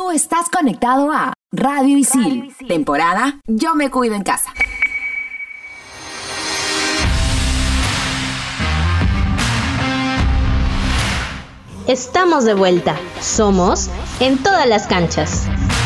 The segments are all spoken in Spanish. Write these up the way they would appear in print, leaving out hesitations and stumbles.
Tú estás conectado a Radio Isil, temporada Yo me cuido en casa. Estamos de vuelta. Somos En Todas las Canchas.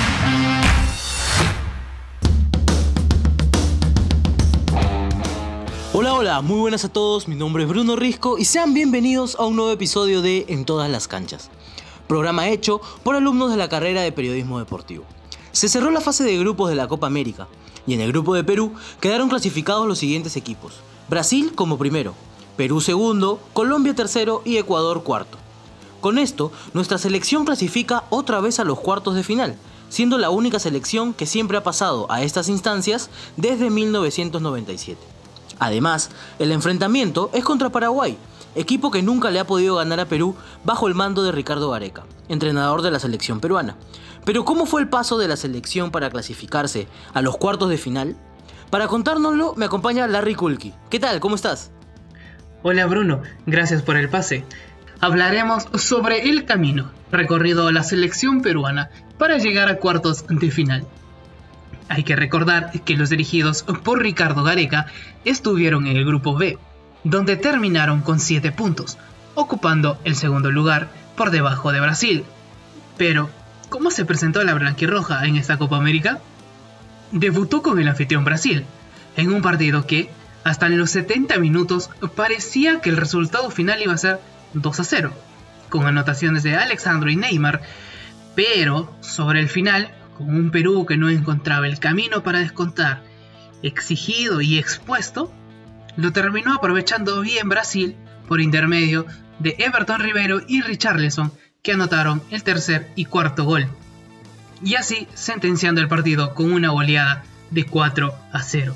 Hola, muy buenas a todos, mi nombre es Bruno Risco y sean bienvenidos a un nuevo episodio de En Todas las Canchas, programa hecho por alumnos de la carrera de Periodismo Deportivo. Se cerró la fase de grupos de la Copa América y en el grupo de Perú quedaron clasificados los siguientes equipos: Brasil como primero, Perú segundo, Colombia tercero y Ecuador cuarto. Con esto, nuestra selección clasifica otra vez a los cuartos de final, siendo la única selección que siempre ha pasado a estas instancias desde 1997. Además, el enfrentamiento es contra Paraguay, equipo que nunca le ha podido ganar a Perú bajo el mando de Ricardo Gareca, entrenador de la selección peruana. Pero ¿cómo fue el paso de la selección para clasificarse a los cuartos de final? Para contárnoslo me acompaña Larry Kulki. ¿Qué tal? ¿Cómo estás? Hola Bruno, gracias por el pase. Hablaremos sobre el camino recorrido a la selección peruana para llegar a cuartos de final. Hay que recordar que los dirigidos por Ricardo Gareca estuvieron en el grupo B, donde terminaron con 7 puntos, ocupando el segundo lugar por debajo de Brasil. Pero, ¿cómo se presentó la blanquirroja en esta Copa América? Debutó con el anfitrión Brasil, en un partido que, hasta en los 70 minutos, parecía que el resultado final iba a ser 2-0, con anotaciones de Alexandro y Neymar, pero sobre el final, con un Perú que no encontraba el camino para descontar, exigido y expuesto, lo terminó aprovechando bien Brasil por intermedio de Everton Ribeiro y Richarlison, que anotaron el tercer y cuarto gol, y así sentenciando el partido con una goleada de 4-0.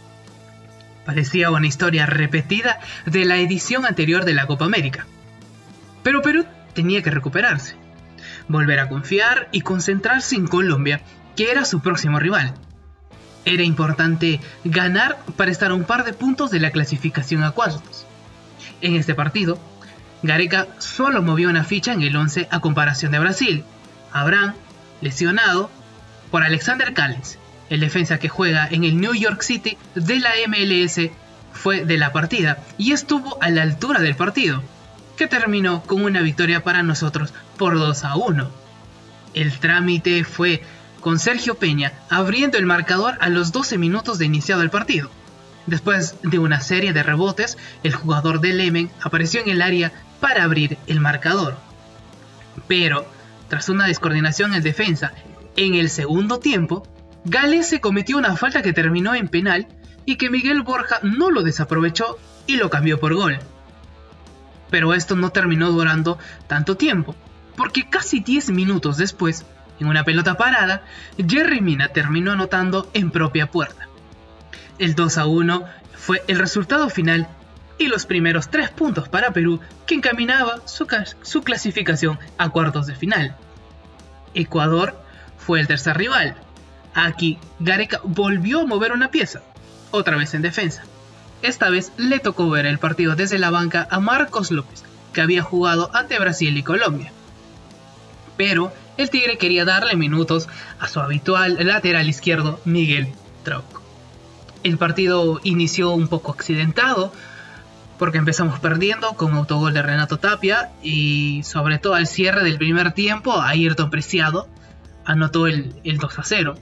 Parecía una historia repetida de la edición anterior de la Copa América, pero Perú tenía que recuperarse, volver a confiar y concentrarse en Colombia, que era su próximo rival. Era importante ganar para estar a un par de puntos de la clasificación a cuartos. En este partido, Gareca solo movió una ficha en el 11 a comparación de Brasil: Abraham, lesionado, por Alexander Callens, el defensa que juega en el New York City de la MLS, fue de la partida y estuvo a la altura del partido, que terminó con una victoria para nosotros por 2-1. El trámite fue con Sergio Peña abriendo el marcador a los 12 minutos de iniciado el partido. Después de una serie de rebotes, el jugador del Lemen apareció en el área para abrir el marcador. Pero, tras una descoordinación en defensa, en el segundo tiempo, Gales se cometió una falta que terminó en penal y que Miguel Borja no lo desaprovechó y lo cambió por gol. Pero esto no terminó durando tanto tiempo, porque casi 10 minutos después, en una pelota parada, Yerry Mina terminó anotando en propia puerta. El 2-1 fue el resultado final y los primeros 3 puntos para Perú, que encaminaba su clasificación a cuartos de final. Ecuador fue el tercer rival. Aquí Gareca volvió a mover una pieza, otra vez en defensa. Esta vez le tocó ver el partido desde la banca a Marcos López, que había jugado ante Brasil y Colombia. Pero el Tigre quería darle minutos a su habitual lateral izquierdo, Miguel Trauco. El partido inició un poco accidentado, porque empezamos perdiendo con autogol de Renato Tapia y sobre todo al cierre del primer tiempo, Ayrton Preciado anotó el 2-0.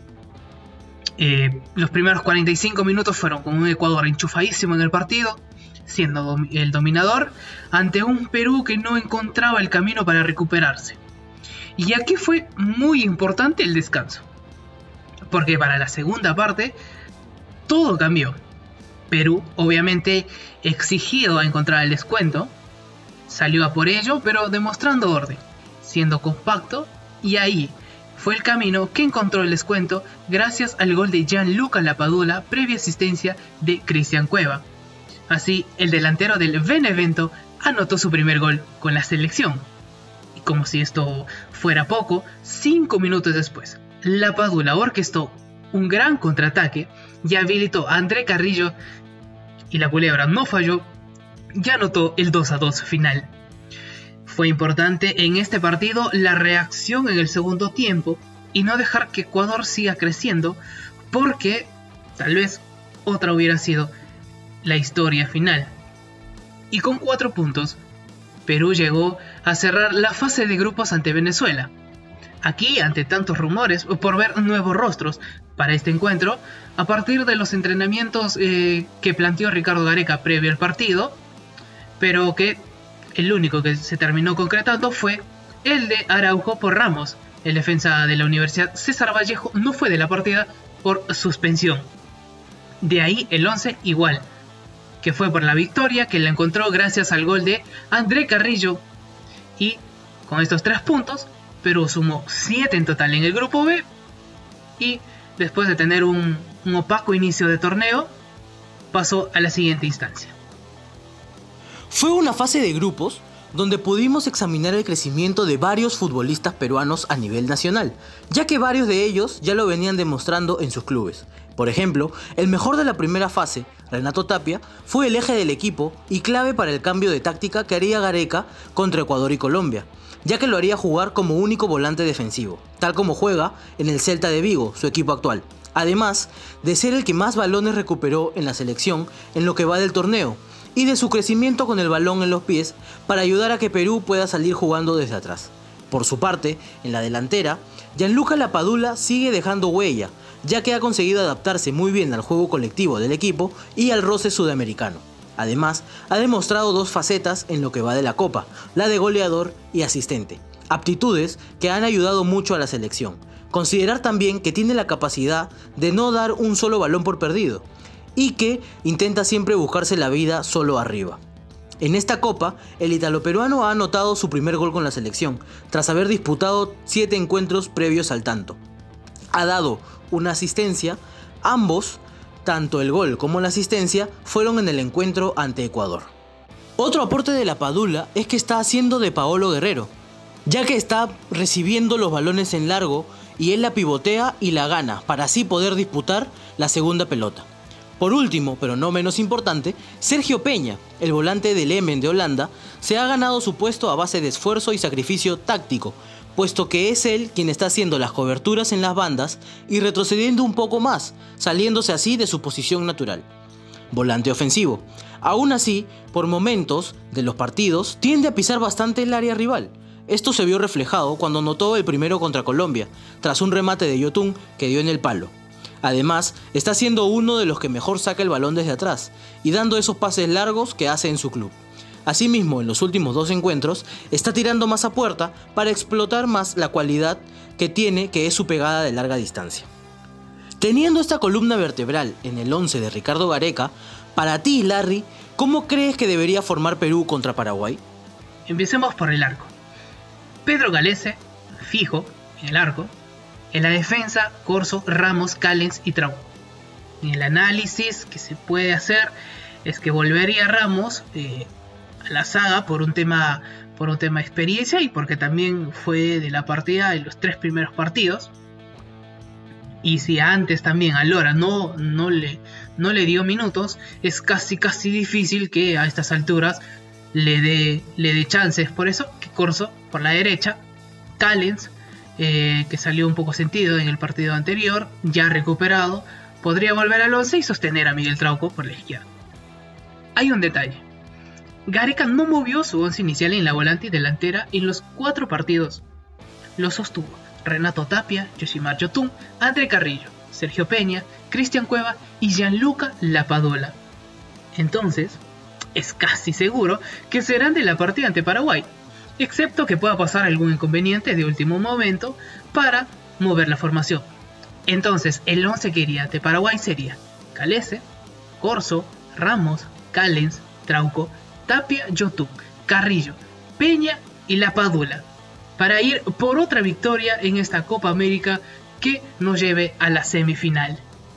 Los primeros 45 minutos fueron con un Ecuador enchufadísimo en el partido, siendo el dominador, ante un Perú que no encontraba el camino para recuperarse. Y aquí fue muy importante el descanso, porque para la segunda parte todo cambió. Perú, obviamente exigido a encontrar el descuento, salió a por ello, pero demostrando orden, siendo compacto, y ahí fue el camino que encontró el descuento gracias al gol de Gianluca Lapadula, previa asistencia de Cristian Cueva. Así, el delantero del Benevento anotó su primer gol con la selección. Y como si esto fuera poco, 5 minutos después, Lapadula orquestó un gran contraataque y habilitó a André Carrillo, y la culebra no falló, y anotó el 2-2 final. Fue importante en este partido la reacción en el segundo tiempo y no dejar que Ecuador siga creciendo, porque tal vez otra hubiera sido la historia final. Y con 4 puntos, Perú llegó a cerrar la fase de grupos ante Venezuela. Aquí, ante tantos rumores por ver nuevos rostros para este encuentro, a partir de los entrenamientos que planteó Ricardo Gareca previo al partido, pero que el único que se terminó concretando fue el de Araujo por Ramos. El defensa de la Universidad César Vallejo no fue de la partida por suspensión. De ahí el 11 igual, que fue por la victoria, que la encontró gracias al gol de André Carrillo. Y con estos 3 puntos, Perú sumó 7 en total en el grupo B. Y después de tener un opaco inicio de torneo, pasó a la siguiente instancia. Fue una fase de grupos donde pudimos examinar el crecimiento de varios futbolistas peruanos a nivel nacional, ya que varios de ellos ya lo venían demostrando en sus clubes. Por ejemplo, el mejor de la primera fase, Renato Tapia, fue el eje del equipo y clave para el cambio de táctica que haría Gareca contra Ecuador y Colombia, ya que lo haría jugar como único volante defensivo, tal como juega en el Celta de Vigo, su equipo actual. Además de ser el que más balones recuperó en la selección en lo que va del torneo, y de su crecimiento con el balón en los pies para ayudar a que Perú pueda salir jugando desde atrás. Por su parte, en la delantera, Gianluca Lapadula sigue dejando huella, ya que ha conseguido adaptarse muy bien al juego colectivo del equipo y al roce sudamericano. Además, ha demostrado 2 facetas en lo que va de la Copa, la de goleador y asistente, aptitudes que han ayudado mucho a la selección. Considerar también que tiene la capacidad de no dar un solo balón por perdido, y que intenta siempre buscarse la vida solo arriba. En esta copa, el italo-peruano ha anotado su primer gol con la selección, tras haber disputado 7 encuentros previos al tanto. Ha dado una asistencia, ambos, tanto el gol como la asistencia, fueron en el encuentro ante Ecuador. Otro aporte de Lapadula es que está haciendo de Paolo Guerrero, ya que está recibiendo los balones en largo y él la pivotea y la gana, para así poder disputar la segunda pelota. Por último, pero no menos importante, Sergio Peña, el volante del Emmen de Holanda, se ha ganado su puesto a base de esfuerzo y sacrificio táctico, puesto que es él quien está haciendo las coberturas en las bandas y retrocediendo un poco más, saliéndose así de su posición natural. Volante ofensivo. Aún así, por momentos de los partidos, tiende a pisar bastante el área rival. Esto se vio reflejado cuando anotó el primero contra Colombia, tras un remate de Yotun que dio en el palo. Además, está siendo uno de los que mejor saca el balón desde atrás y dando esos pases largos que hace en su club. Asimismo, en los últimos 2 encuentros, está tirando más a puerta para explotar más la cualidad que tiene, que es su pegada de larga distancia. Teniendo esta columna vertebral en el 11 de Ricardo Gareca, para ti, Larry, ¿cómo crees que debería formar Perú contra Paraguay? Empecemos por el arco. Pedro Galese, fijo, en el arco. En la defensa, Corso, Ramos, Callens y Trauco. En el análisis que se puede hacer es que volvería Ramos a la saga por un tema de experiencia y porque también fue de la partida en los 3 primeros partidos. Y si antes también a Lora no le dio minutos, es casi difícil que a estas alturas le dé chances. Por eso que Corso por la derecha, Callens, que salió un poco sentido en el partido anterior, ya recuperado, podría volver al 11 y sostener a Miguel Trauco por la izquierda. Hay un detalle. Gareca no movió su 11 inicial en la volante y delantera en los 4 partidos. Lo sostuvo Renato Tapia, Yoshimar Yotun, André Carrillo, Sergio Peña, Cristian Cueva y Gianluca Lapadula. Entonces, es casi seguro que serán de la partida ante Paraguay, excepto que pueda pasar algún inconveniente de último momento para mover la formación. Entonces, el 11 que iría ante Paraguay sería Galese, Corso, Ramos, Callens, Trauco, Tapia, Yotun, Carrillo, Peña y Lapadula, para ir por otra victoria en esta Copa América que nos lleve a la semifinal.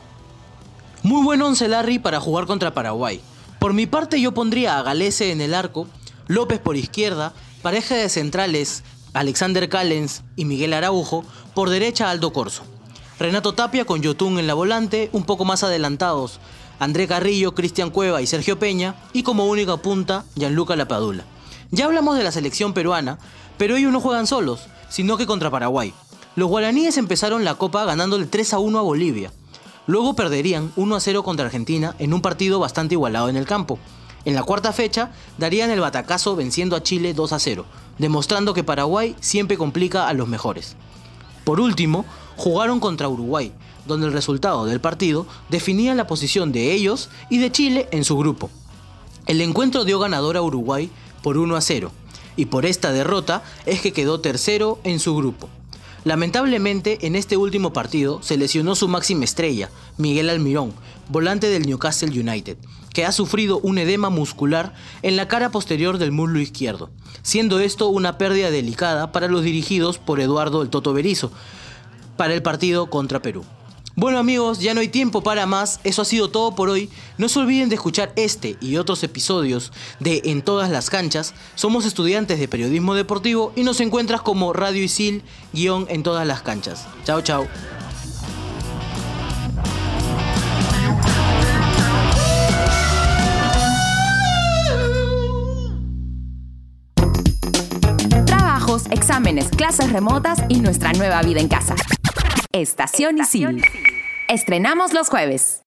Muy buen 11, Larry, para jugar contra Paraguay. Por mi parte, yo pondría a Galese en el arco, López por izquierda, pareja de centrales Alexander Callens y Miguel Araujo, por derecha Aldo Corso. Renato Tapia con Yotun en la volante, un poco más adelantados André Carrillo, Cristian Cueva y Sergio Peña, y como única punta Gianluca Lapadula. Ya hablamos de la selección peruana, pero ellos no juegan solos, sino que contra Paraguay. Los guaraníes empezaron la Copa ganándole 3-1 a Bolivia. Luego perderían 1-0 contra Argentina en un partido bastante igualado en el campo. En la cuarta fecha darían el batacazo venciendo a Chile 2-0, demostrando que Paraguay siempre complica a los mejores. Por último, jugaron contra Uruguay, donde el resultado del partido definía la posición de ellos y de Chile en su grupo. El encuentro dio ganador a Uruguay por 1-0, y por esta derrota es que quedó tercero en su grupo. Lamentablemente, en este último partido se lesionó su máxima estrella, Miguel Almirón, volante del Newcastle United, que ha sufrido un edema muscular en la cara posterior del muslo izquierdo, siendo esto una pérdida delicada para los dirigidos por Eduardo el Toto Berizzo para el partido contra Perú. Bueno amigos, ya no hay tiempo para más, eso ha sido todo por hoy. No se olviden de escuchar este y otros episodios de En Todas las Canchas. Somos estudiantes de periodismo deportivo y nos encuentras como Radio Isil _ En Todas las Canchas. Chao, chao. Trabajos, exámenes, clases remotas y nuestra nueva vida en casa. Estación Isil. Estrenamos los jueves.